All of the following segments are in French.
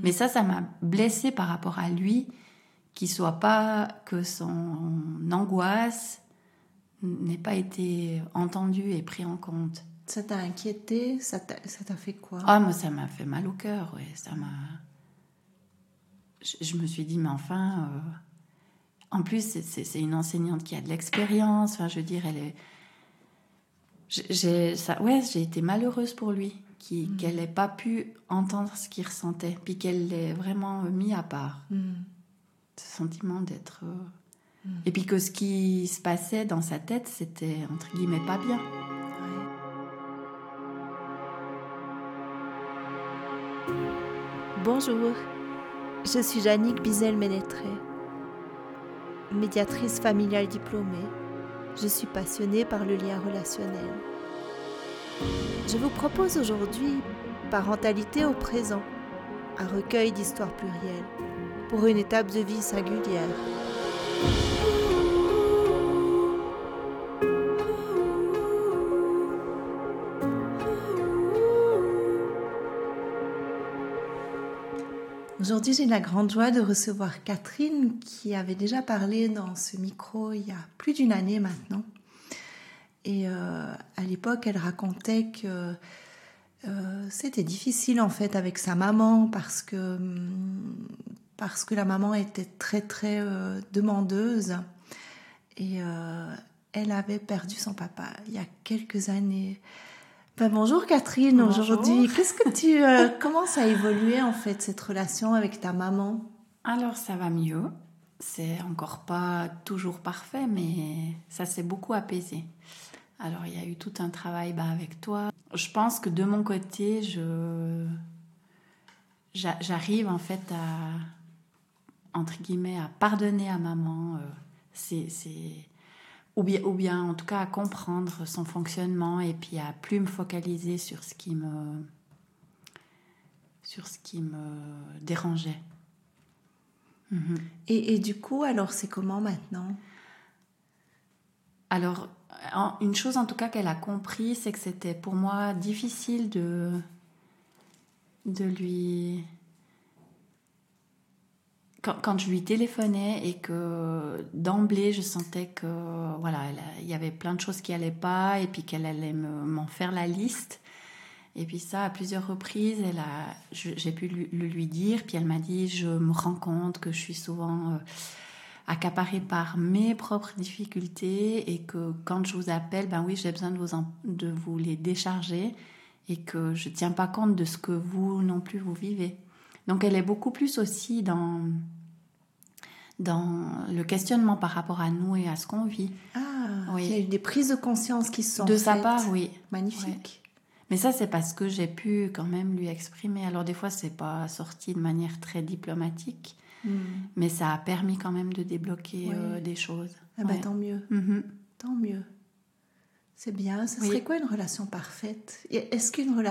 Mais ça m'a blessée par rapport à lui, qu'il soit pas, que son angoisse n'ait pas été entendue et pris en compte. Ça t'a inquiété? Ça t'a fait quoi? Ah, moi, ça m'a fait mal au cœur, ouais. Je me suis dit, mais enfin... En plus, c'est une enseignante qui a de l'expérience. Enfin, je veux dire, elle est... j'ai été malheureuse pour lui, qu'elle n'ait pas pu entendre ce qu'il ressentait, puis qu'elle l'ait vraiment mis à part. Ce sentiment d'être... Et puis que ce qui se passait dans sa tête, c'était, entre guillemets, pas bien. Bonjour, je suis Jannick Bizel-Ménétré, médiatrice familiale diplômée. Je suis passionnée par le lien relationnel. Je vous propose aujourd'hui Parentalité au présent, un recueil d'histoires plurielles pour une étape de vie singulière. Aujourd'hui, j'ai la grande joie de recevoir Catherine qui avait déjà parlé dans ce micro il y a plus d'une année maintenant. Et à l'époque, elle racontait que c'était difficile en fait avec sa maman parce que la maman était très très demandeuse et elle avait perdu son papa il y a quelques années. Ben, bonjour Catherine, Bonjour. Aujourd'hui, qu'est-ce que comment ça a évolué en fait cette relation avec ta maman? Alors, ça va mieux. C'est encore pas toujours parfait, mais ça s'est beaucoup apaisé. Alors, il y a eu tout un travail avec toi. Je pense que de mon côté, j'arrive en fait à, entre guillemets, à pardonner à maman. Ou bien en tout cas à comprendre son fonctionnement et puis à plus me focaliser sur ce qui me dérangeait. Et du coup, alors c'est comment maintenant? Alors, une chose en tout cas qu'elle a compris, c'est que c'était pour moi difficile de lui... Quand je lui téléphonais et que d'emblée je sentais que voilà, il y avait plein de choses qui allaient pas et puis qu'elle allait m'en faire la liste. Et puis ça, à plusieurs reprises, j'ai pu le lui dire. Puis elle m'a dit, je me rends compte que je suis souvent accaparée par mes propres difficultés et que quand je vous appelle, ben oui, j'ai besoin de vous les décharger et que je tiens pas compte de ce que vous non plus vous vivez. Donc elle est beaucoup plus aussi dans le questionnement par rapport à nous et à ce qu'on vit. Ah, oui. Il y a eu des prises de conscience qui se sont de faites. sa part, oui. Magnifique. Ouais. Mais ça, c'est parce que j'ai pu quand même lui exprimer. Alors des fois, c'est pas sorti de manière très diplomatique, mais ça a permis quand même de débloquer des choses. Ah bah, tant mieux. Tant mieux. C'est bien. Ce serait quoi une relation parfaite? Est-ce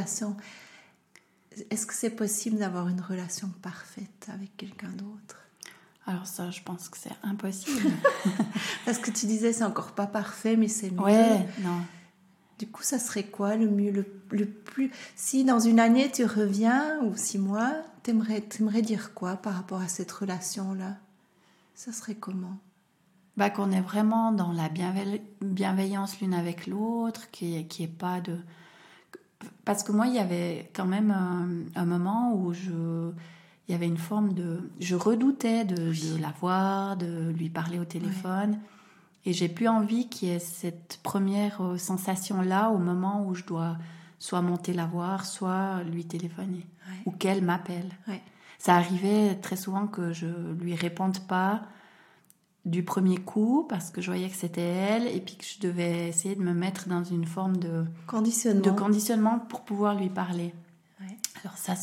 que c'est possible d'avoir une relation parfaite avec quelqu'un d'autre? Alors ça, je pense que c'est impossible. Parce que tu disais, c'est encore pas parfait, mais c'est mieux. Ouais, non. Du coup, ça serait quoi le mieux, le plus... Si dans une année, tu reviens, ou 6 mois, t'aimerais dire quoi par rapport à cette relation-là? Ça serait comment? Bah, qu'on est vraiment dans la bienveillance l'une avec l'autre, qu'il n'y ait pas de... Parce que moi, il y avait quand même un moment où il y avait une forme de... Je redoutais de la voir, de lui parler au téléphone. Ouais. Et j'ai plus envie qu'il y ait cette première sensation-là au moment où je dois soit monter la voir, soit lui téléphoner. Ouais. Ou qu'elle m'appelle. Ouais. Ça arrivait très souvent que je lui réponde pas du premier coup parce que je voyais que c'était elle et puis que je devais essayer de me mettre dans une forme de conditionnement pour pouvoir lui parler. Ouais. Alors ça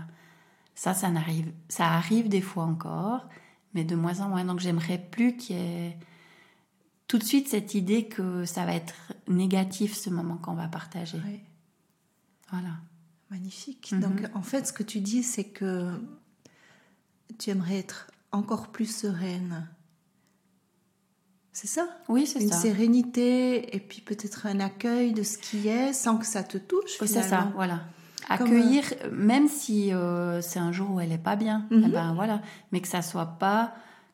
arrive des fois encore, mais de moins en moins. Donc j'aimerais plus qu'il y ait tout de suite cette idée que ça va être négatif ce moment qu'on va partager. Ouais. Voilà. Magnifique. Donc en fait, ce que tu dis, c'est que tu aimerais être encore plus sereine. C'est ça? Oui, c'est ça. Une sérénité et puis peut-être un accueil de ce qui est sans que ça te touche. Oui, c'est ça, voilà. accueillir, même si c'est un jour où elle est pas bien, eh ben voilà, mais que ça soit pas,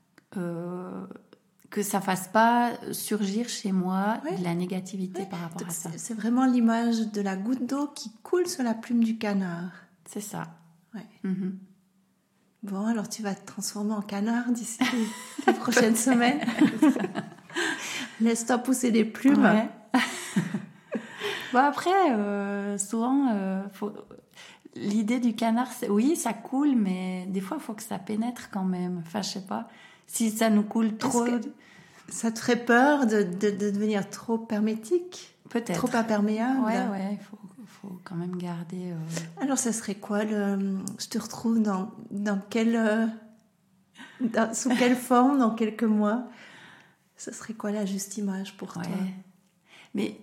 que ça fasse pas surgir chez moi de la négativité par rapport à ça. C'est vraiment l'image de la goutte d'eau qui coule sur la plume du canard. C'est ça. Ouais. Mm-hmm. Bon, alors tu vas te transformer en canard d'ici les prochaines semaines. Laisse-toi pousser des plumes. Ouais. Bon, après, souvent, l'idée du canard, oui, ça coule, mais des fois, il faut que ça pénètre quand même. Enfin, je sais pas. Si ça nous coule trop... Ça te ferait peur de devenir trop hermétique? Peut-être. Trop imperméable? Ouais, il faut quand même garder... Alors, ça serait quoi je te retrouve dans quelle... sous quelle forme, dans quelques mois? Ça serait quoi la juste image pour toi? Mais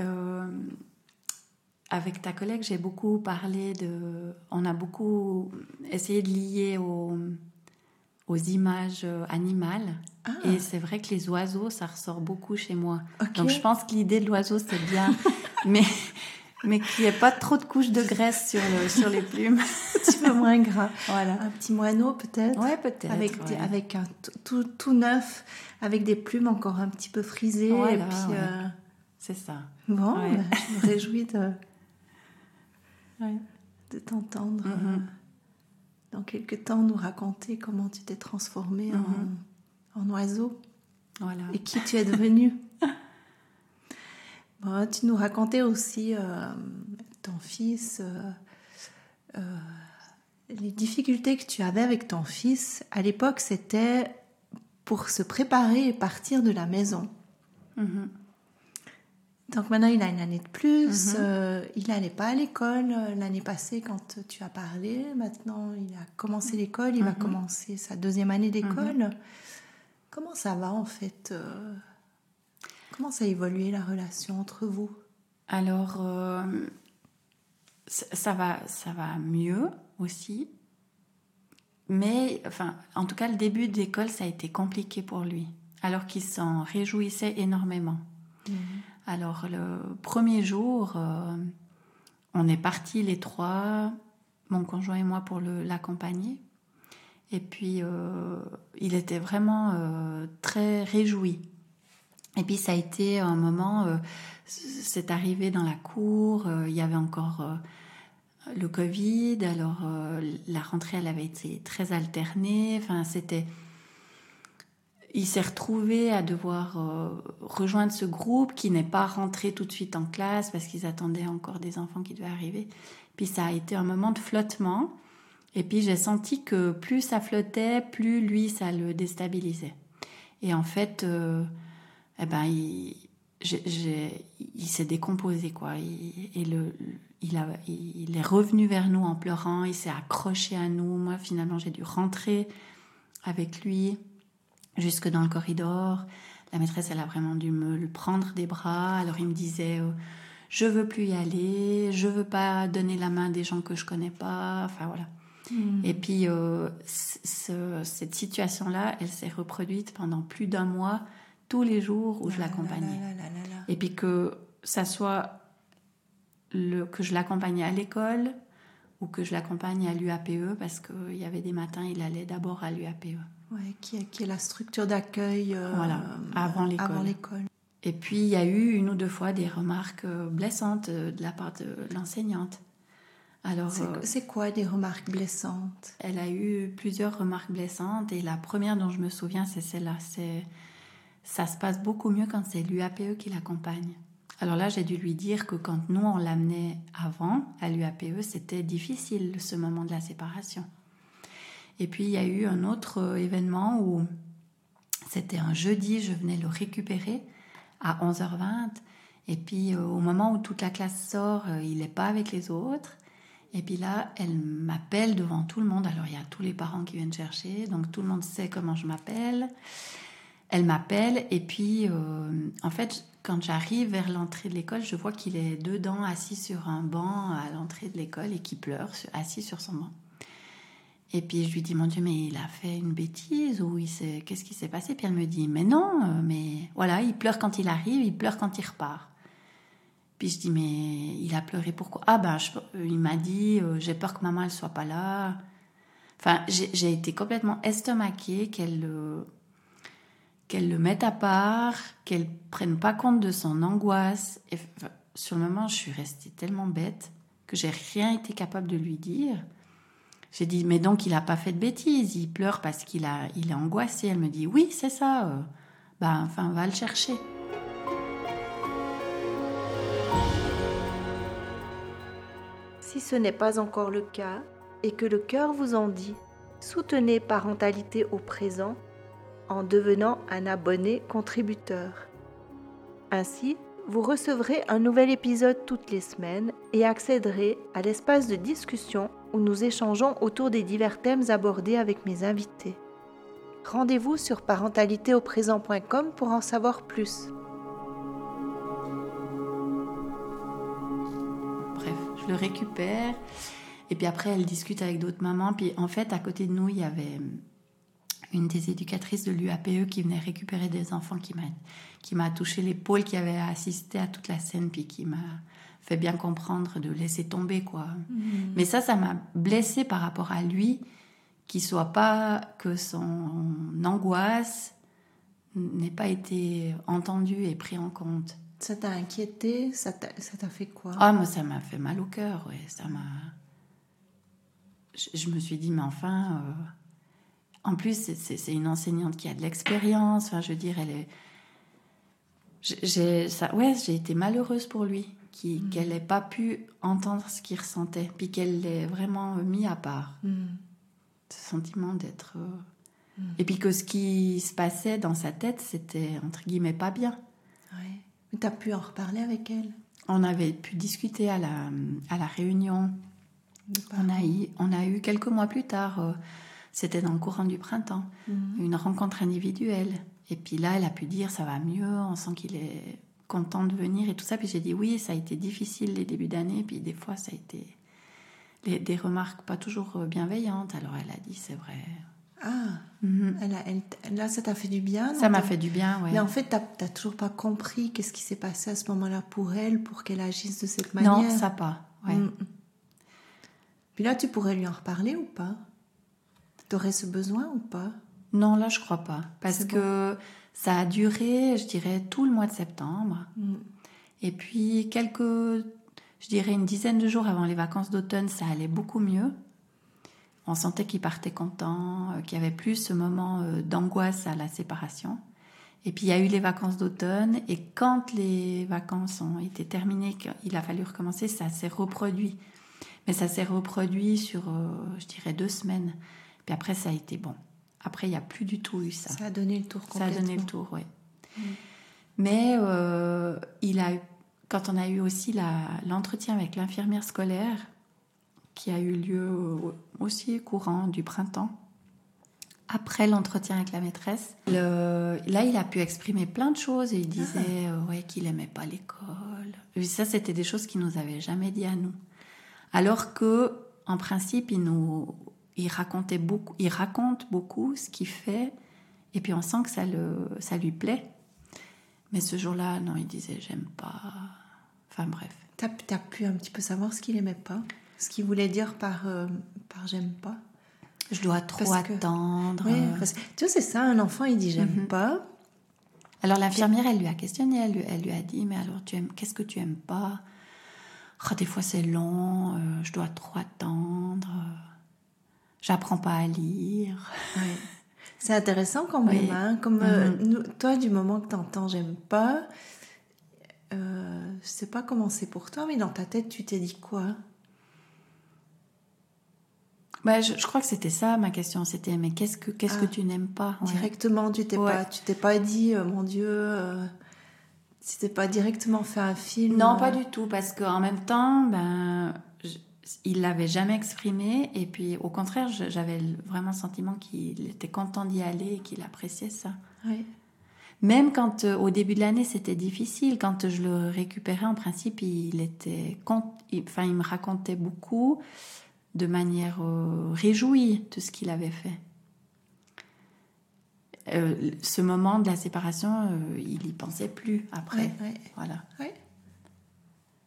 avec ta collègue, j'ai beaucoup parlé on a beaucoup essayé de lier aux images animales. Ah. Et c'est vrai que les oiseaux, ça ressort beaucoup chez moi. Okay. Donc je pense que l'idée de l'oiseau, c'est bien, mais qu'il n'y ait pas trop de couches de graisse sur les plumes. Un petit peu moins gras. Voilà. Un petit moineau peut-être. Ouais, peut-être. Avec un tout neuf, avec des plumes encore un petit peu frisées. Voilà, et puis, c'est ça. Bon, je me réjouis de t'entendre dans quelques temps nous raconter comment tu t'es transformée en oiseau. Voilà. Et qui tu es devenue. Bon, tu nous racontais aussi ton fils, les difficultés que tu avais avec ton fils. À l'époque, c'était pour se préparer et partir de la maison. Donc maintenant, il a une année de plus. Il n'allait pas à l'école l'année passée quand tu as parlé. Maintenant, il a commencé l'école. Il va commencer sa 2e année d'école. Comment ça va en fait Comment ça a évolué la relation entre vous? Alors, ça va mieux aussi. Mais, en tout cas, le début d'école, ça a été compliqué pour lui. Alors qu'il s'en réjouissait énormément. Alors, le premier jour, on est partis les 3, mon conjoint et moi, pour l'accompagner. Et puis, il était vraiment très réjoui. Et puis, ça a été un moment, c'est arrivé dans la cour, il y avait encore le Covid, alors la rentrée, elle avait été très alternée. Il s'est retrouvé à devoir rejoindre ce groupe qui n'est pas rentré tout de suite en classe parce qu'ils attendaient encore des enfants qui devaient arriver. Puis ça a été un moment de flottement. Et puis j'ai senti que plus ça flottait, plus lui, ça le déstabilisait. Et en fait, il s'est décomposé, quoi. Il est revenu vers nous en pleurant, il s'est accroché à nous. Moi, finalement, j'ai dû rentrer avec lui jusque dans le corridor. La maîtresse, elle a vraiment dû me le prendre des bras. Alors il me disait je veux plus y aller, je veux pas donner la main à des gens que je connais pas. Enfin voilà. Et puis cette situation-là, elle s'est reproduite pendant plus d'1 mois, tous les jours où je l'accompagnais. Et puis que ça soit que je l'accompagnais à l'école ou que je l'accompagne à l'UAPE, parce qu'il y avait des matins, il allait d'abord à l'UAPE. Ouais, qui est la structure d'accueil avant l'école. Et puis, il y a eu 1 ou 2 fois des remarques blessantes de la part de l'enseignante. Alors, c'est quoi des remarques blessantes? Elle a eu plusieurs remarques blessantes et la première dont je me souviens, c'est celle-là. Ça se passe beaucoup mieux quand c'est l'UAPE qui l'accompagne. Alors là, j'ai dû lui dire que quand nous, on l'amenait avant à l'UAPE, c'était difficile ce moment de la séparation. Et puis, il y a eu un autre événement où c'était un jeudi, je venais le récupérer à 11h20. Et puis, au moment où toute la classe sort, il n'est pas avec les autres. Et puis là, elle m'appelle devant tout le monde. Alors, il y a tous les parents qui viennent chercher. Donc, tout le monde sait comment je m'appelle. Elle m'appelle. Et puis, en fait, quand j'arrive vers l'entrée de l'école, je vois qu'il est dedans, assis sur un banc à l'entrée de l'école et qu'il pleure, assis sur son banc. Et puis je lui dis, mon Dieu, mais il a fait une bêtise ou qu'est-ce qui s'est passé? Puis elle me dit, mais non, mais voilà, il pleure quand il arrive, il pleure quand il repart. Puis je dis, mais il a pleuré pourquoi? Ah ben, il m'a dit, j'ai peur que maman, elle soit pas là. Enfin, j'ai été complètement estomaquée qu'elle le mette à part, qu'elle prenne pas compte de son angoisse. Et, enfin, sur le moment, je suis restée tellement bête que j'ai rien été capable de lui dire. J'ai dit, mais donc il a pas fait de bêtises, il pleure parce il est angoissé. Elle me dit, oui, c'est ça. Va le chercher. Si ce n'est pas encore le cas et que le cœur vous en dit, soutenez Parentalité au présent en devenant un abonné contributeur. Ainsi, vous recevrez un nouvel épisode toutes les semaines et accéderez à l'espace de discussion où nous échangeons autour des divers thèmes abordés avec mes invités. Rendez-vous sur parentalitéauprésent.com pour en savoir plus. Bref, je le récupère. Et puis après, elle discute avec d'autres mamans. Puis en fait, à côté de nous, il y avait une des éducatrices de l'UAPE qui venait récupérer des enfants, qui m'a touché l'épaule, qui avait assisté à toute la scène, puis qui m'a fait bien comprendre de laisser tomber, quoi. Mais ça m'a blessée par rapport à lui, qu'il soit pas, que son angoisse n'ait pas été entendue et pris en compte. Ça t'a inquiété? Ça t'a fait quoi? Ah, moi, ça m'a fait mal au cœur, ouais. Je me suis dit, mais enfin... En plus, c'est une enseignante qui a de l'expérience. Enfin, je veux dire, elle est... J'ai été malheureuse pour lui, qu'elle n'ait pas pu entendre ce qu'il ressentait, puis qu'elle l'ait vraiment mis à part. Ce sentiment d'être... Et puis que ce qui se passait dans sa tête, c'était, entre guillemets, pas bien. Ouais. Mais t'as pu en reparler avec elle? On avait pu discuter à la réunion. On a eu quelques mois plus tard, c'était dans le courant du printemps, une rencontre individuelle. Et puis là, elle a pu dire, ça va mieux, on sent qu'il est content de venir et tout ça. Puis j'ai dit, oui, ça a été difficile les débuts d'année. Puis des fois, ça a été des remarques pas toujours bienveillantes. Alors elle a dit, c'est vrai. Ah, là, ça t'a fait du bien? Ça m'a fait du bien, oui. Mais en fait, t'as toujours pas compris qu'est-ce qui s'est passé à ce moment-là pour elle, pour qu'elle agisse de cette manière? Non, ça pas, ouais. Puis là, tu pourrais lui en reparler ou pas? T'aurais ce besoin ou pas? Non, là, je crois pas. Parce que ça a duré, je dirais, tout le mois de septembre. Et puis, je dirais une dizaine de jours avant les vacances d'automne, ça allait beaucoup mieux. On sentait qu'il partait content, qu'il y avait plus ce moment d'angoisse à la séparation. Et puis, il y a eu les vacances d'automne. Et quand les vacances ont été terminées, qu'il a fallu recommencer, ça s'est reproduit. Mais ça s'est reproduit sur, je dirais, 2 semaines. Puis après, ça a été bon. Après, il n'y a plus du tout eu ça. Ça a donné le tour complètement. Ça a donné le tour, oui. Mais quand on a eu aussi l'entretien avec l'infirmière scolaire, qui a eu lieu aussi courant du printemps, après l'entretien avec la maîtresse, là, il a pu exprimer plein de choses. Et il disait qu'il n'aimait pas l'école. Et ça, c'était des choses qu'il ne nous avait jamais dit à nous. Alors que, en principe, il raconte beaucoup ce qu'il fait, et puis on sent que ça lui plaît. Mais ce jour-là, non, il disait j'aime pas. Enfin bref. T'as pu un petit peu savoir ce qu'il aimait pas, ce qu'il voulait dire par j'aime pas. Je dois trop attendre. Oui, tu vois, c'est ça, un enfant il dit j'aime pas. Alors l'infirmière, elle lui a questionné, elle lui a dit mais alors qu'est-ce que tu aimes pas? Oh, des fois c'est long, je dois trop attendre, j'apprends pas à lire. Ouais. C'est intéressant quand même, hein, comme toi, du moment que t'entends j'aime pas, je sais pas comment c'est pour toi, mais dans ta tête tu t'es dit quoi? Je crois que c'était ça ma question, c'était mais qu'est-ce que tu n'aimes pas? Directement, tu t'es pas dit mon Dieu. Tu t'es pas directement fait un film? Non, pas du tout, parce qu'en même temps, il l'avait jamais exprimé, et puis au contraire, j'avais vraiment le sentiment qu'il était content d'y aller et qu'il appréciait ça. Oui. Même quand au début de l'année c'était difficile, quand je le récupérais, en principe, il me racontait beaucoup de manière réjouie de ce qu'il avait fait. Ce moment de la séparation, il y pensait plus après. Ouais. Voilà. Ouais.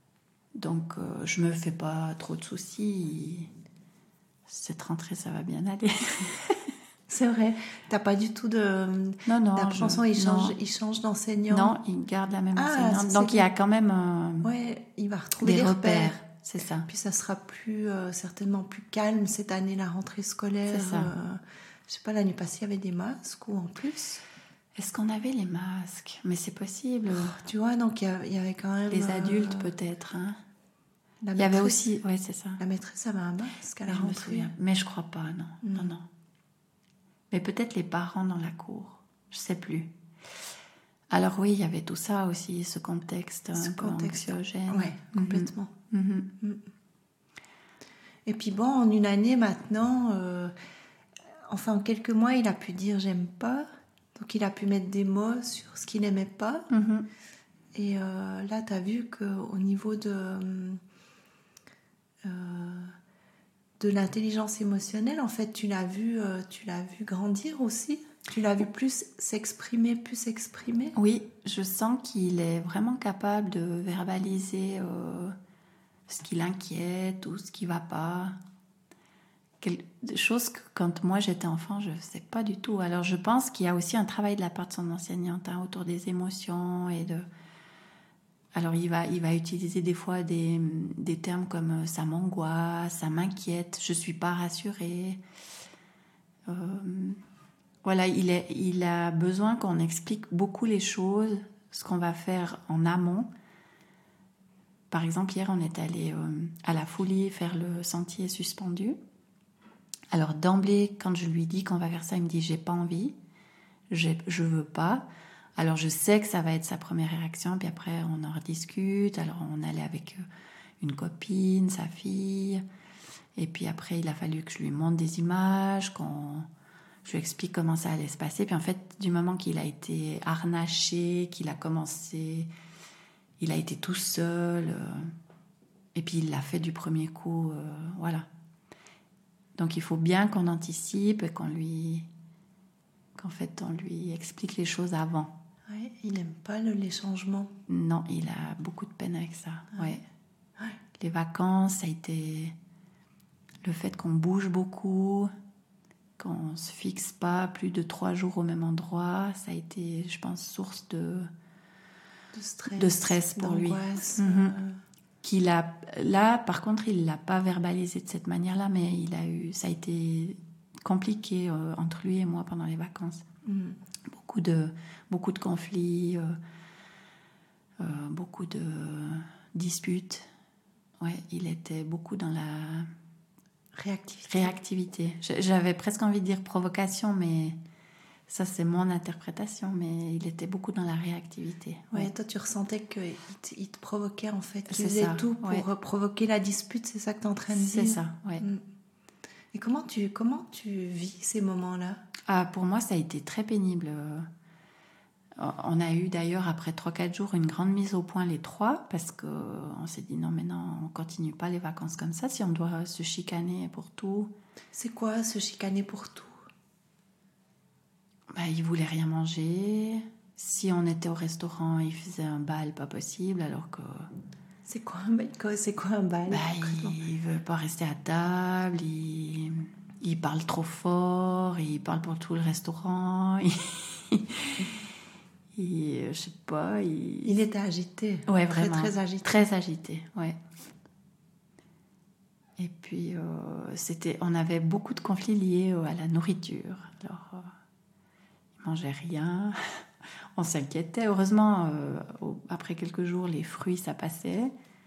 Donc, je me fais pas trop de soucis. Cette rentrée, ça va bien aller. C'est vrai, t'as pas du tout Non, d'absence, il change d'enseignant. Non, il garde la même enseignante. Ça, Donc, il y a quand même il va retrouver des repères. C'est ça. Puis ça sera certainement plus calme cette année, la rentrée scolaire. C'est ça. Je sais pas, l'année passée, il y avait des masques ou en plus. Est-ce qu'on avait les masques? Mais c'est possible. Tu vois, donc il y avait quand même... Les adultes, peut-être. Hein. Il y avait aussi... Oui, c'est ça. La maîtresse avait un masque à la rentrée. Mais je crois pas, non. Non. Mais peut-être les parents dans la cour. Je sais plus. Alors oui, il y avait tout ça aussi, ce contexte un peu anxiogène. Oui, complètement. Et puis bon, en une année maintenant, en quelques mois, il a pu dire « j'aime pas ». Donc il a pu mettre des mots sur ce qu'il n'aimait pas. Et là, tu as vu qu'au niveau de l'intelligence émotionnelle, en fait, tu l'as vu grandir aussi. Tu l'as vu plus s'exprimer. Oui, je sens qu'il est vraiment capable de verbaliser ce qui l'inquiète ou ce qui ne va pas. Des choses que quand moi j'étais enfant, je ne sais pas du tout. Alors je pense qu'il y a aussi un travail de la part de son enseignante autour des émotions et de... Alors il va utiliser des fois des termes comme ça m'angoisse, ça m'inquiète, je ne suis pas rassurée. Voilà, il a besoin qu'on explique beaucoup les choses, ce qu'on va faire en amont. Par exemple, hier on est allé à la Foulie faire le sentier suspendu. Alors d'emblée, quand je lui dis qu'on va faire ça, il me dit j'ai pas envie, je veux pas. Alors je sais que ça va être sa première réaction, puis après on en rediscute. Alors on allait avec une copine, sa fille, et puis après il a fallu que je lui montre des images, je lui explique comment ça allait se passer. Puis en fait, du moment qu'il a été harnaché, qu'il a commencé, il a été tout seul, et puis il l'a fait du premier coup, voilà. Donc il faut bien qu'on anticipe et qu'en fait on lui explique les choses avant. Ouais, il n'aime pas les changements. Non, il a beaucoup de peine avec ça. Ouais. Les vacances, ça a été le fait qu'on bouge beaucoup, qu'on ne se fixe pas plus de 3 jours au même endroit. Ça a été, je pense, source de stress pour lui. Là, par contre, il ne l'a pas verbalisé de cette manière-là, mais ça a été compliqué entre lui et moi pendant les vacances. Beaucoup de conflits, beaucoup de disputes. Ouais, il était beaucoup dans la réactivité. J'avais presque envie de dire provocation, mais ça c'est mon interprétation, mais il était beaucoup dans la réactivité. Ouais, toi tu ressentais qu'il te provoquait en fait, qu'il faisait tout pour provoquer la dispute, c'est ça que tu es en train de dire? C'est ça, oui. Et comment tu vis ces moments-là? Pour moi, ça a été très pénible. On a eu d'ailleurs, après 3-4 jours, une grande mise au point les 3, parce qu'on s'est dit non, mais non, on ne continue pas les vacances comme ça, si on doit se chicaner pour tout. C'est quoi, se chicaner pour tout? Il voulait rien manger. Si on était au restaurant, il faisait un bal pas possible, alors que... C'est quoi un bal? Il veut pas rester à table, il parle trop fort, il parle pour tout le restaurant, je sais pas... Il était agité. Ouais, vraiment. Très agité. Très agité, ouais. Et puis, on avait beaucoup de conflits liés à la nourriture. Alors, il mangeait rien. On s'inquiétait. Heureusement, après quelques jours, les fruits, ça passait.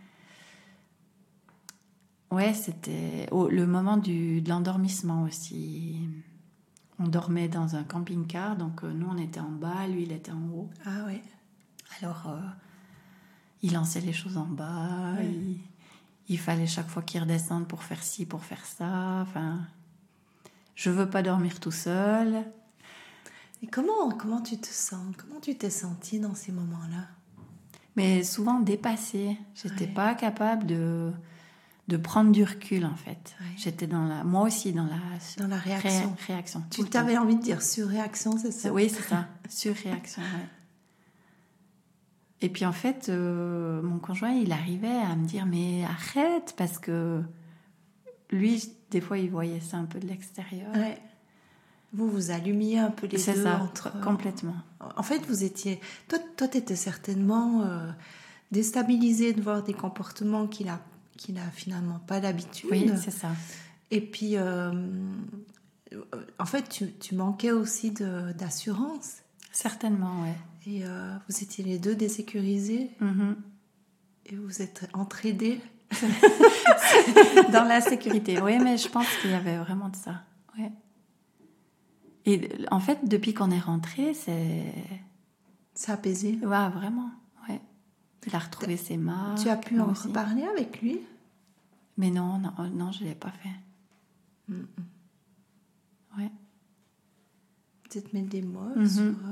Ouais, c'était le moment de l'endormissement aussi. On dormait dans un camping-car, donc nous, on était en bas, lui, il était en haut. Ah ouais. Alors, il lançait les choses en bas. Ouais. Il fallait chaque fois qu'il redescende pour faire ci, pour faire ça. Enfin, je veux pas dormir tout seul. Et comment tu te sens? Comment tu t'es sentie dans ces moments-là? Mais souvent dépassée. J'étais pas capable de prendre du recul, en fait. Ouais. J'étais moi aussi dans la réaction. Tu t'avais envie de dire surréaction, c'est ça? Oui, c'est ça. Surréaction, ouais. Et puis en fait, mon conjoint, il arrivait à me dire mais arrête, parce que lui, des fois, il voyait ça un peu de l'extérieur. Ouais. Vous allumiez un peu les C'est deux ça, entre... complètement. En fait, vous étiez... Toi, t'étais certainement déstabilisée de voir des comportements qu'il a finalement pas l'habitude. Oui, c'est ça. Et puis, en fait, tu manquais aussi d'assurance. Certainement, ouais. Et vous étiez les deux désécurisés. Mhm. Et vous êtes entraidés. Dans la sécurité. Oui, mais je pense qu'il y avait vraiment de ça. Ouais. Et en fait, depuis qu'on est rentré, c'est apaisé. Ouais, vraiment. Ouais. Il a retrouvé ses marques. Tu as pu moi en aussi. reparler avec lui? Mais non, je ne l'ai pas fait. Ouais. Peut-être mettre des mots sur... sur...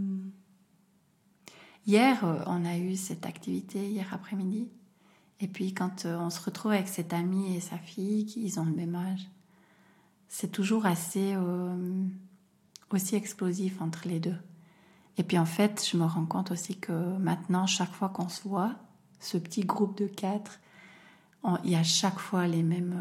Hier, on a eu cette activité, hier après-midi. Et puis, quand on se retrouve avec cet ami et sa fille, ils ont le même âge, c'est toujours assez aussi explosif entre les deux. Et puis, en fait, je me rends compte aussi que maintenant, chaque fois qu'on se voit, ce petit groupe de 4, il y a chaque fois les mêmes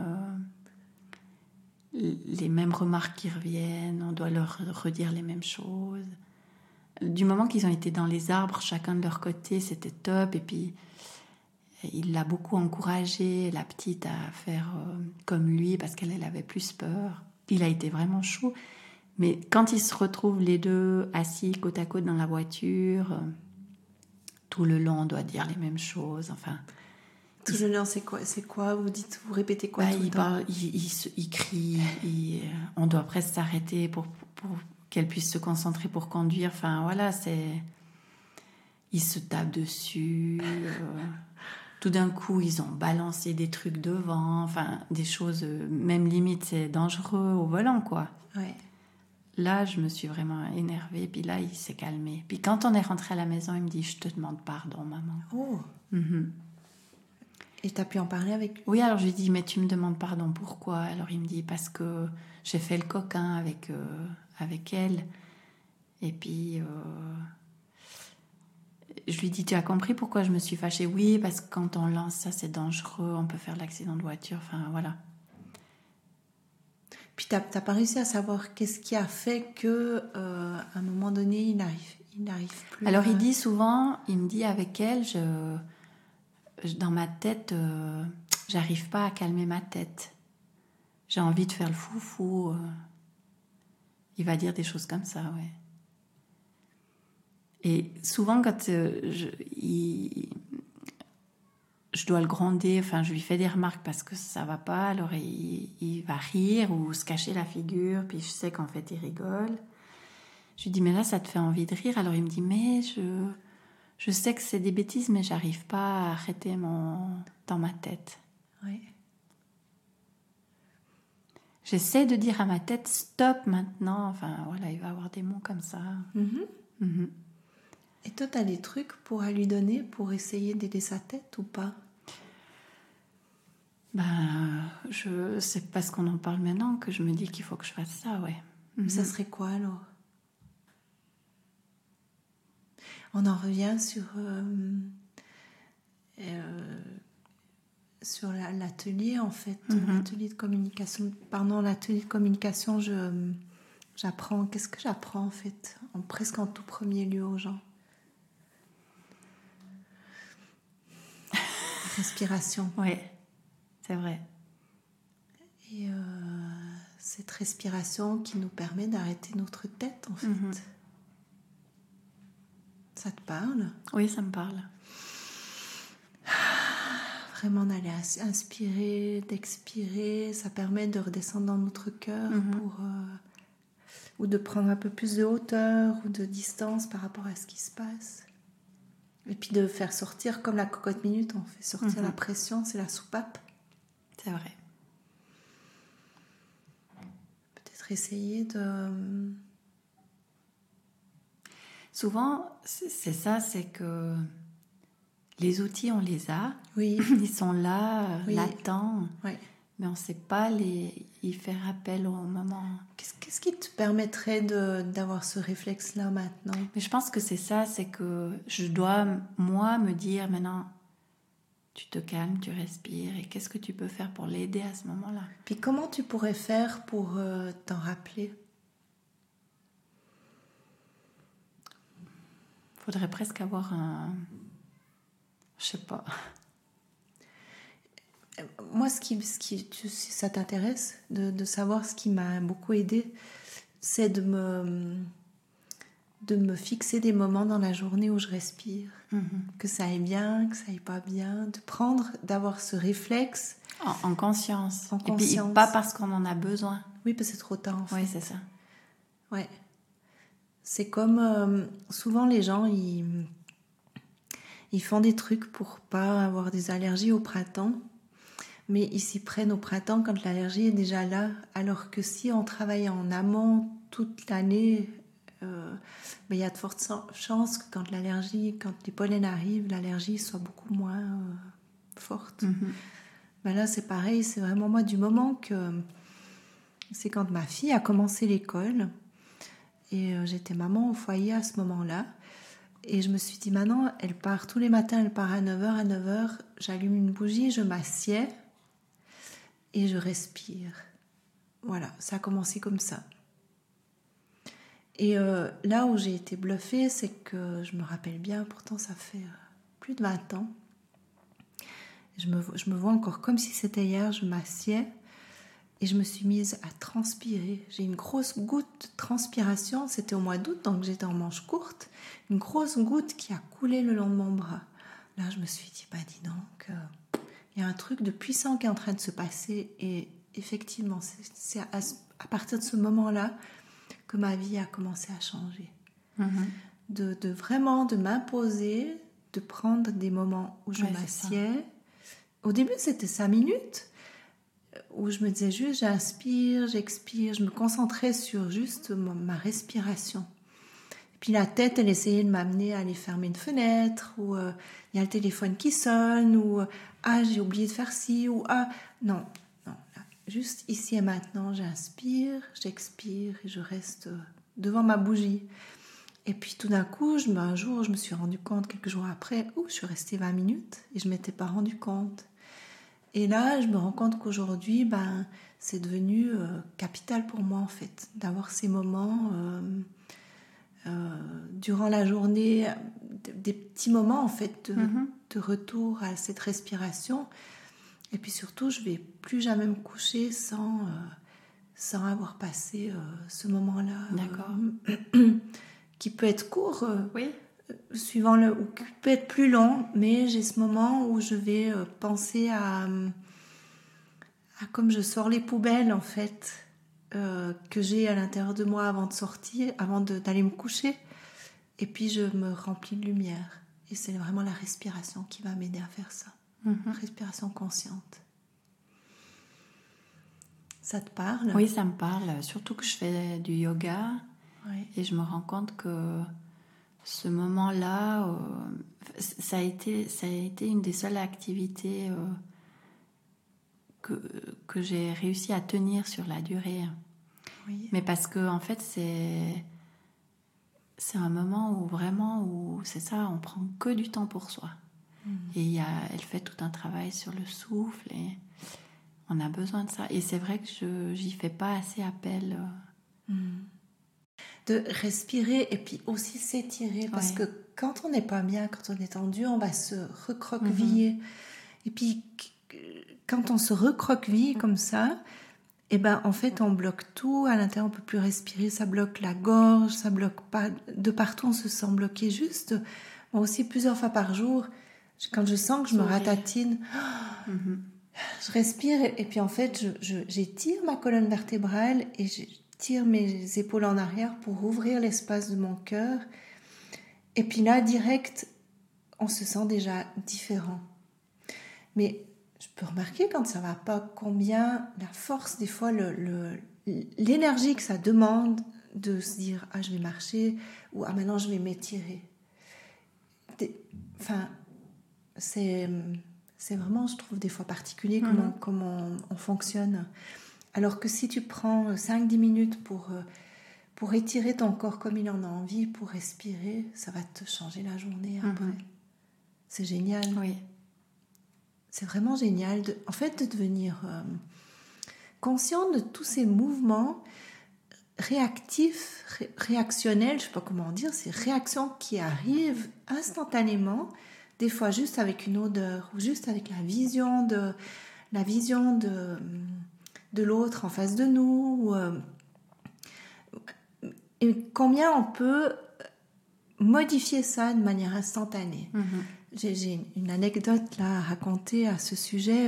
remarques qui reviennent, on doit leur redire les mêmes choses. Du moment qu'ils ont été dans les arbres, chacun de leur côté, c'était top. Et puis, il l'a beaucoup encouragée, la petite, à faire comme lui, parce qu'elle avait plus peur. Il a été vraiment chaud. Mais quand ils se retrouvent les deux assis côte à côte dans la voiture, tout le long, on doit dire les mêmes choses. Enfin, tout le long, c'est quoi vous répétez quoi tout le temps? Il crie, on doit presque s'arrêter pour qu'elle puisse se concentrer pour conduire. Enfin, voilà, ils se tapent dessus. Tout d'un coup, ils ont balancé des trucs devant. Enfin, des choses, même limite, c'est dangereux au volant, quoi. Ouais. Là, je me suis vraiment énervée. Puis là, il s'est calmé. Puis quand on est rentré à la maison, il me dit « Je te demande pardon, maman. » Oh. Et tu as pu en parler avec lui? Oui, alors je lui dis « Mais tu me demandes pardon, pourquoi ?» Alors il me dit « Parce que j'ai fait le coquin avec elle. » Et puis, je lui dis « Tu as compris pourquoi je me suis fâchée ?» « Oui, parce que quand on lance ça, c'est dangereux. On peut faire l'accident de voiture. » Enfin, voilà. Puis t'as pas réussi à savoir qu'est-ce qui a fait que à un moment donné il n'arrive plus. Alors il dit souvent, il me dit avec elle, dans ma tête, j'arrive pas à calmer ma tête. J'ai envie de faire le foufou. Il va dire des choses comme ça, ouais. Et souvent quand je dois le gronder, enfin je lui fais des remarques parce que ça va pas, alors il va rire ou se cacher la figure, puis je sais qu'en fait il rigole. Je lui dis mais là ça te fait envie de rire, alors il me dit mais je sais que c'est des bêtises mais j'arrive pas à arrêter dans ma tête. Oui. J'essaie de dire à ma tête stop maintenant, enfin voilà, il va avoir des mots comme ça. Et toi, tu as des trucs pour lui donner pour essayer d'aider sa tête ou pas? C'est parce qu'on en parle maintenant que je me dis qu'il faut que je fasse ça, ouais. Ça serait quoi alors? On en revient sur l'atelier en fait, l'atelier de communication. Pendant l'atelier de communication, j'apprends. Qu'est-ce que j'apprends en fait, presque en tout premier lieu aux gens? Respiration. Oui, c'est vrai. Et cette respiration qui nous permet d'arrêter notre tête, en fait. Ça te parle? Oui, ça me parle. Vraiment d'aller inspirer, d'expirer, ça permet de redescendre dans notre cœur ou de prendre un peu plus de hauteur ou de distance par rapport à ce qui se passe. Et puis de faire sortir, comme la cocotte minute, on fait sortir la pression, c'est la soupape. C'est vrai. Peut-être essayer de... Souvent, c'est ça, c'est que les outils, on les a. Oui. Ils sont là, Oui. latents. Oui. mais on ne sait pas y faire appel au moment. Qu'est-ce qui te permettrait d'avoir ce réflexe-là maintenant? Mais je pense que c'est ça, c'est que je dois, moi, me dire maintenant, tu te calmes, tu respires, et qu'est-ce que tu peux faire pour l'aider à ce moment-là? Puis comment tu pourrais faire pour t'en rappeler? Faudrait presque avoir un... Je sais pas. Moi, si ça t'intéresse de savoir, ce qui m'a beaucoup aidé, c'est de me fixer des moments dans la journée où je respire. Que ça aille bien, que ça aille pas bien, d'avoir ce réflexe. En conscience. En Et puis conscience. pas parce qu'on en a besoin. Oui, parce que c'est trop tard en fait. Oui, c'est ça. Ouais. C'est comme souvent les gens, ils font des trucs pour pas avoir des allergies au printemps, mais ils s'y prennent au printemps quand l'allergie est déjà là, alors que si on travaille en amont toute l'année, il y a de fortes chances que quand les pollens arrivent, l'allergie soit beaucoup moins forte. Ben là, c'est pareil, c'est vraiment moi, du moment que... C'est quand ma fille a commencé l'école, et j'étais maman au foyer à ce moment-là, et je me suis dit, maintenant, elle part tous les matins, elle part à 9h. À 9h, j'allume une bougie, je m'assieds et je respire. Voilà, ça a commencé comme ça. Et là où j'ai été bluffée, c'est que je me rappelle bien, pourtant ça fait plus de 20 ans. Je me vois encore comme si c'était hier, je m'assieds et je me suis mise à transpirer. J'ai une grosse goutte de transpiration, c'était au mois d'août, donc j'étais en manche courte, une grosse goutte qui a coulé le long de mon bras. Là, je me suis dit, bah dis donc, il y a un truc de puissant qui est en train de se passer, et effectivement, c'est à partir de ce moment-là que ma vie a commencé à changer. De vraiment de m'imposer, de prendre des moments où je m'assieds. Au début, c'était 5 minutes où je me disais juste, j'inspire, j'expire, je me concentrais sur juste ma respiration. Et puis la tête, elle essayait de m'amener à aller fermer une fenêtre, ou il y a le téléphone qui sonne, ou j'ai oublié de faire ci, ou non, là, juste ici et maintenant, j'inspire, j'expire et je reste devant ma bougie. Et puis tout d'un coup, un jour, je me suis rendu compte, quelques jours après, je suis restée 20 minutes et je ne m'étais pas rendu compte. Et là, je me rends compte qu'aujourd'hui, c'est devenu capital pour moi, en fait, d'avoir ces moments durant la journée, des petits moments, en fait, de retour à cette respiration. Et puis surtout, je ne vais plus jamais me coucher sans avoir passé ce moment-là. D'accord. Qui peut être court, oui. Ou qui peut être plus long, mais j'ai ce moment où je vais penser à comme je sors les poubelles, en fait, que j'ai à l'intérieur de moi avant de sortir, avant d'aller me coucher, et puis je me remplis de lumière. Et c'est vraiment la respiration qui va m'aider à faire ça. Respiration consciente. Ça te parle? Oui, ça me parle. Surtout que je fais du yoga. Oui. Et je me rends compte que ce moment-là, ça a été une des seules activités que j'ai réussi à tenir sur la durée. Oui. Mais parce que en fait, c'est un moment où c'est ça, on prend que du temps pour soi. Et elle fait tout un travail sur le souffle et on a besoin de ça. Et c'est vrai que j'y fais pas assez appel. De respirer et puis aussi s'étirer, parce que quand on n'est pas bien, quand on est tendu, on va se recroqueviller. Et puis quand on se recroqueville comme ça, en fait on bloque tout à l'intérieur, on peut plus respirer, ça bloque la gorge, ça bloque pas de partout, on se sent bloqué. Juste moi aussi, plusieurs fois par jour, quand je sens que je me ratatine, je respire et puis en fait j'étire ma colonne vertébrale et tire mes épaules en arrière pour ouvrir l'espace de mon cœur. Et puis là, direct, on se sent déjà différent. Mais je peux remarquer quand ça va pas, combien la force, des fois, l'énergie que ça demande de se dire « je vais marcher » ou « maintenant, je vais m'étirer ». Enfin, c'est C'est vraiment, je trouve, des fois particulier comment on fonctionne. Alors que si tu prends 5-10 minutes pour étirer ton corps comme il en a envie, pour respirer, ça va te changer la journée après. C'est génial. Oui. C'est vraiment génial, en fait, de devenir conscient de tous ces mouvements réactifs, réactionnels, je ne sais pas comment dire, ces réactions qui arrivent instantanément, des fois juste avec une odeur, ou juste avec la vision de l'autre en face de nous. Et combien on peut modifier ça de manière instantanée. J'ai une anecdote là à raconter à ce sujet.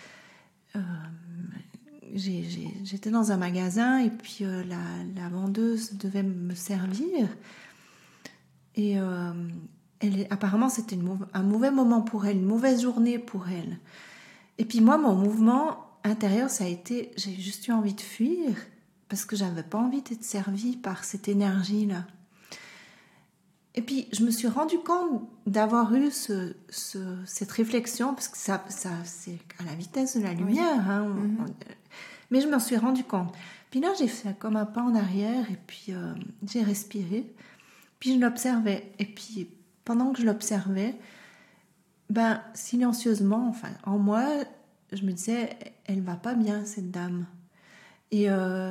J'étais dans un magasin et puis la vendeuse devait me servir et apparemment c'était un mauvais moment pour elle, une mauvaise journée pour elle. Et puis moi, mon mouvement intérieur, ça a été, j'ai juste eu envie de fuir parce que j'avais pas envie d'être servie par cette énergie-là. Et puis je me suis rendu compte d'avoir eu cette réflexion, parce que ça c'est à la vitesse de la lumière, mais je m'en suis rendu compte. Puis là, j'ai fait comme un pas en arrière et puis j'ai respiré. Puis je l'observais. Et puis pendant que je l'observais, silencieusement, enfin en moi, je me disais, elle va pas bien cette dame. Et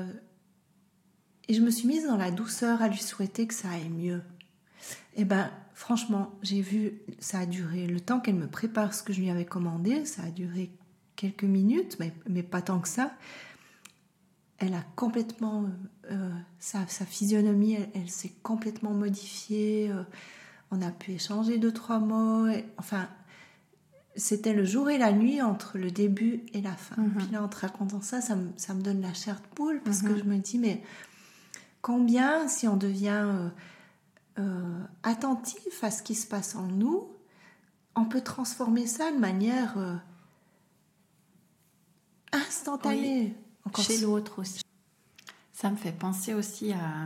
je me suis mise dans la douceur à lui souhaiter que ça aille mieux. Et franchement, j'ai vu, ça a duré le temps qu'elle me prépare ce que je lui avais commandé, ça a duré quelques minutes, mais pas tant que ça. Elle a complètement, sa physionomie, elle s'est complètement modifiée. On a pu échanger 2-3 mots. Enfin, c'était le jour et la nuit entre le début et la fin. Puis là, en te racontant ça me donne la chair de poule, parce que je me dis, mais combien, si on devient attentif à ce qui se passe en nous, on peut transformer ça de manière instantanée. Encore chez l'autre aussi. Ça me fait penser aussi à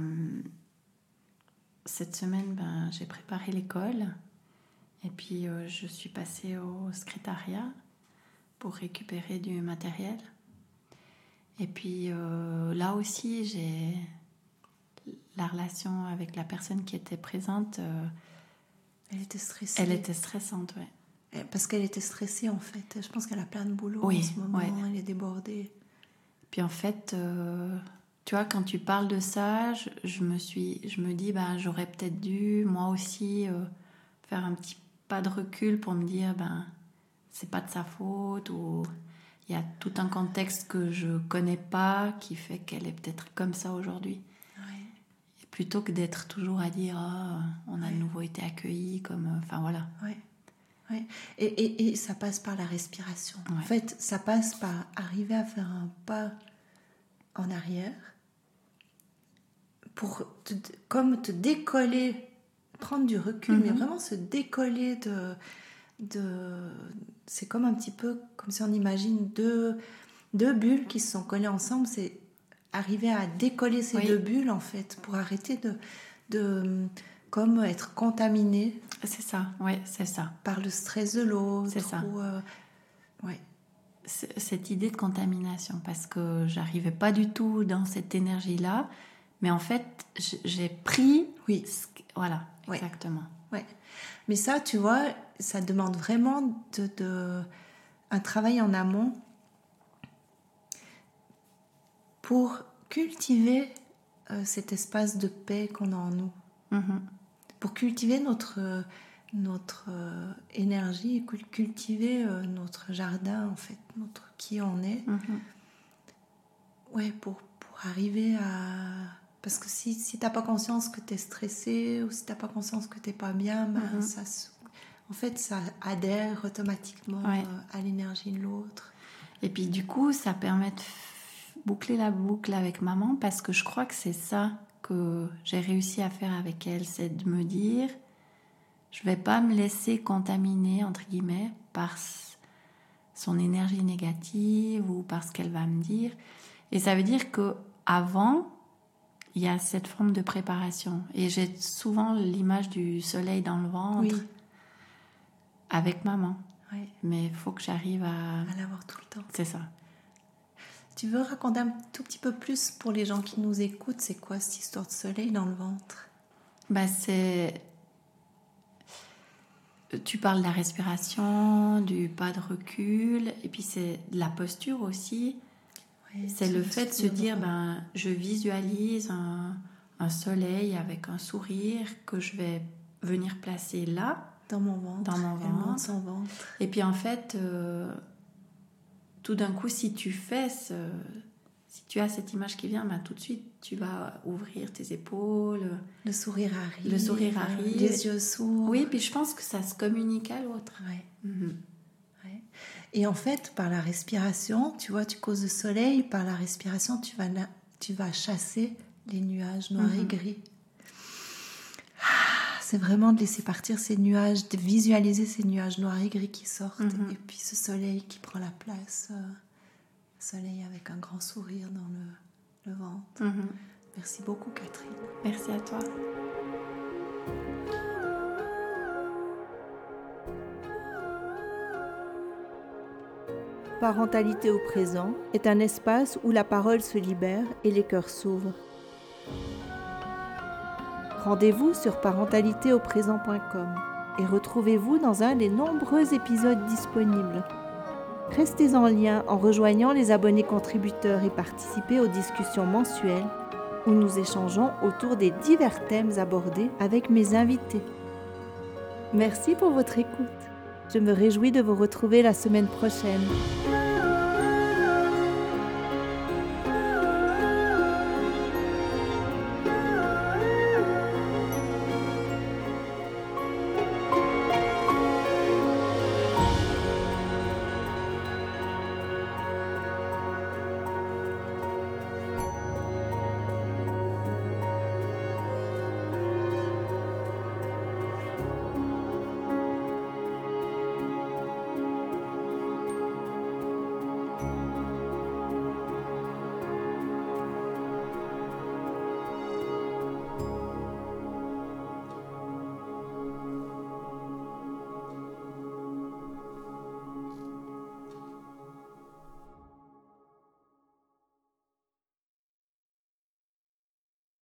cette semaine, j'ai préparé l'école et puis je suis passée au secrétariat pour récupérer du matériel. Et puis là aussi, j'ai la relation avec la personne qui était présente. Elle était stressée. Elle était stressante, ouais. Parce qu'elle était stressée, en fait. Je pense qu'elle a plein de boulot en ce moment. Ouais. Elle est débordée. Puis en fait, tu vois, quand tu parles de ça, je me dis, j'aurais peut-être dû, moi aussi, faire un petit pas de recul pour me dire, c'est pas de sa faute, ou il y a tout un contexte que je connais pas qui fait qu'elle est peut-être comme ça aujourd'hui. Et plutôt que d'être toujours à dire, on a de nouveau été accueillis, comme, enfin voilà. Ouais. Et ça passe par la respiration. En fait, ça passe par arriver à faire un pas en arrière pour te décoller, prendre du recul, mais vraiment se décoller de c'est comme un petit peu comme si on imagine deux bulles qui se sont collées ensemble. C'est arriver à décoller ces deux bulles, en fait, pour arrêter de comme être contaminé. C'est ça, c'est ça. Par le stress de l'autre. C'est ça. Cette idée de contamination, parce que j'arrivais pas du tout dans cette énergie-là, mais en fait, j'ai pris... Voilà, exactement. Ouais. Mais ça, tu vois, ça demande vraiment un travail en amont pour cultiver cet espace de paix qu'on a en nous. Pour cultiver notre énergie, cultiver notre jardin, en fait, qui on est. Pour arriver à... Parce que si t'as pas conscience que t'es stressé, ou si t'as pas conscience que t'es pas bien, en fait, ça adhère automatiquement à l'énergie de l'autre. Et puis du coup, ça permet de boucler la boucle avec maman, parce que je crois que c'est ça que j'ai réussi à faire avec elle, c'est de me dire, je vais pas me laisser contaminer, entre guillemets, par son énergie négative ou par ce qu'elle va me dire. Et ça veut dire qu'avant, il y a cette forme de préparation. Et j'ai souvent l'image du soleil dans le ventre avec maman. Ouais. Mais il faut que j'arrive à l'avoir tout le temps. C'est ça. Tu veux raconter un tout petit peu plus pour les gens qui nous écoutent, c'est quoi cette histoire de soleil dans le ventre? Tu parles de la respiration, du pas de recul, et puis c'est de la posture aussi. Ouais, c'est le fait de se dire, je visualise un soleil avec un sourire que je vais venir placer là. Dans mon ventre. Elle monte son ventre. Et puis en fait, tout d'un coup, si tu as cette image qui vient, tout de suite, tu vas ouvrir tes épaules. Le sourire arrive. Les yeux s'ouvrent. Oui, puis je pense que ça se communique à l'autre. Ouais. Ouais. Et en fait, par la respiration, tu vois, tu causes le soleil, par la respiration, tu vas chasser les nuages noirs et gris. C'est vraiment de laisser partir ces nuages, de visualiser ces nuages noirs et gris qui sortent, et puis ce soleil qui prend la place, soleil avec un grand sourire dans le ventre. Merci beaucoup, Catherine. Merci à toi. Parentalité au présent est un espace où la parole se libère et les cœurs s'ouvrent. Rendez-vous sur parentalitéauprésent.com et retrouvez-vous dans un des nombreux épisodes disponibles. Restez en lien en rejoignant les abonnés contributeurs et participez aux discussions mensuelles où nous échangeons autour des divers thèmes abordés avec mes invités. Merci pour votre écoute. Je me réjouis de vous retrouver la semaine prochaine.